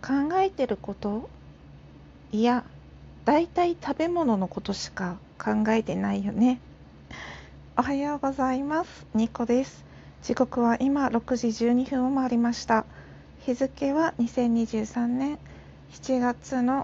考えてること、いや、だいたい食べ物のことしか考えてないよね。おはようございます。ニコです。時刻は今6時12分を回りました。日付は2023年7月の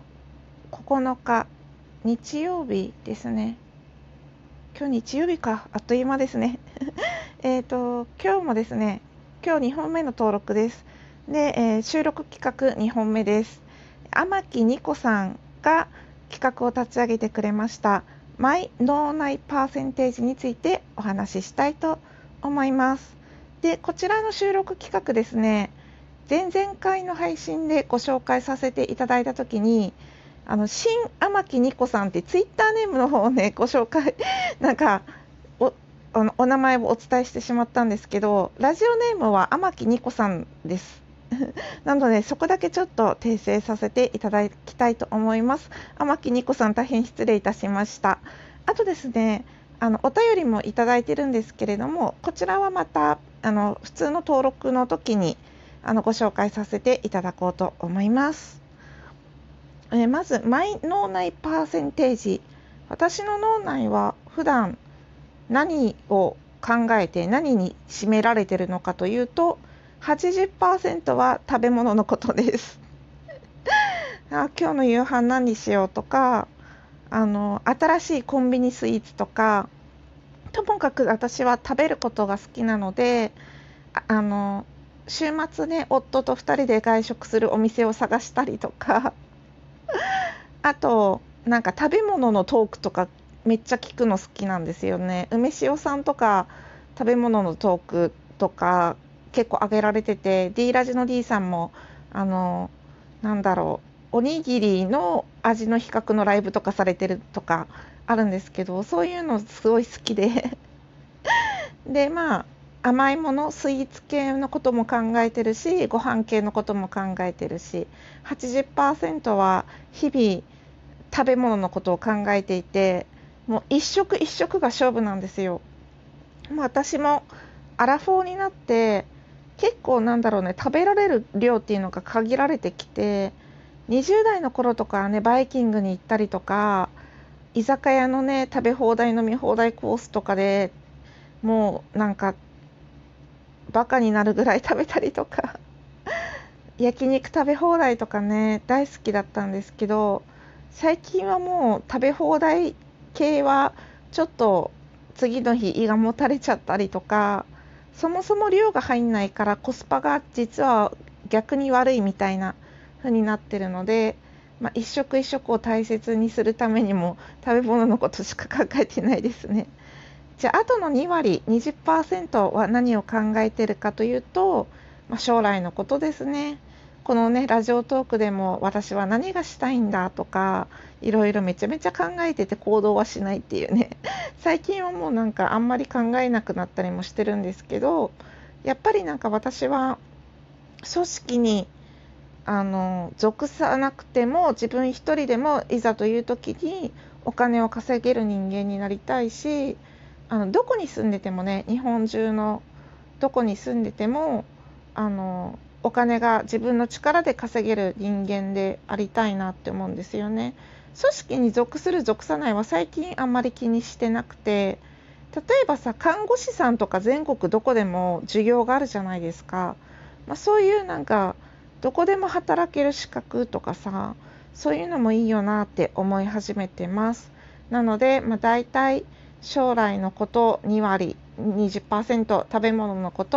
9日日曜日ですね。今日日曜日か、あっという間ですね。今日もですね、今日2本目の登録です。で、収録企画2本目です。天木ニコさんが企画を立ち上げてくれましたマイ脳内パーセンテージについてお話ししたいと思います。で、こちらの収録企画ですね、前々回の配信でご紹介させていただいたときに、新天木ニコさんってツイッターネームの方をね、ご紹介、なんか、お名前をお伝えしてしまったんですけど、ラジオネームは天木ニコさんです。なので、そこだけちょっと訂正させていただきたいと思います。天木ニコさん、大変失礼いたしました。あとですね、お便りもいただいてるんですけれども、こちらはまた、普通の登録の時に、ご紹介させていただこうと思います。まず、マイ脳内パーセンテージ。私の脳内は普段何を考えて何に占められているのかというと、80% は食べ物のことです。今日の夕飯何にしようとか、新しいコンビニスイーツとか、ともかく私は食べることが好きなので、週末ね、夫と2人で外食するお店を探したりとか、あと、なんか食べ物のトークとかめっちゃ聞くの好きなんですよね。梅塩さんとか食べ物のトークとか結構上げられてて、D ラジの D さんも、なんだろう、おにぎりの味の比較のライブとかされてるとかあるんですけど、そういうのすごい好きでで、まあ、甘いもの、スイーツ系のことも考えてるし、ご飯系のことも考えてるし、80% は日々食べ物のことを考えていて、もう一食一食が勝負なんですよ。もう私もアラフォーになって結構なんだろうね、食べられる量っていうのが限られてきて、20代の頃とかはね、バイキングに行ったりとか、居酒屋のね、食べ放題飲み放題コースとかでもうなんかバカになるぐらい食べたりとか焼肉食べ放題とかね、大好きだったんですけど、最近はもう食べ放題系はちょっと次の日胃がもたれちゃったりとか、そもそも量が入んないからコスパが実は逆に悪いみたいな風になってるので、一食一食を大切にするためにも食べ物のことしか考えてないですね。じゃあ、あとの2割、20% は何を考えてるかというと、将来のことですね。このね、ラジオトークでも私は何がしたいんだとか、いろいろめちゃめちゃ考えてて行動はしないっていうね。最近はもうなんかあんまり考えなくなったりもしてるんですけど、やっぱりなんか私は組織に属さなくても自分一人でもいざという時にお金を稼げる人間になりたいし、どこに住んでてもね、日本中のどこに住んでてもお金が自分の力で稼げる人間でありたいなって思うんですよね。組織に属する属さないは最近あんまり気にしてなくて、例えばさ、看護師さんとか全国どこでも授業があるじゃないですか。そういうなんかどこでも働ける資格とかさ、そういうのもいいよなって思い始めてます。なので、だいたい将来のこと2割、20%、食べ物のこと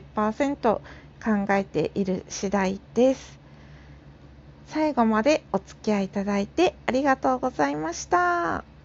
80%考えている次第です。最後までお付き合いいただいてありがとうございました。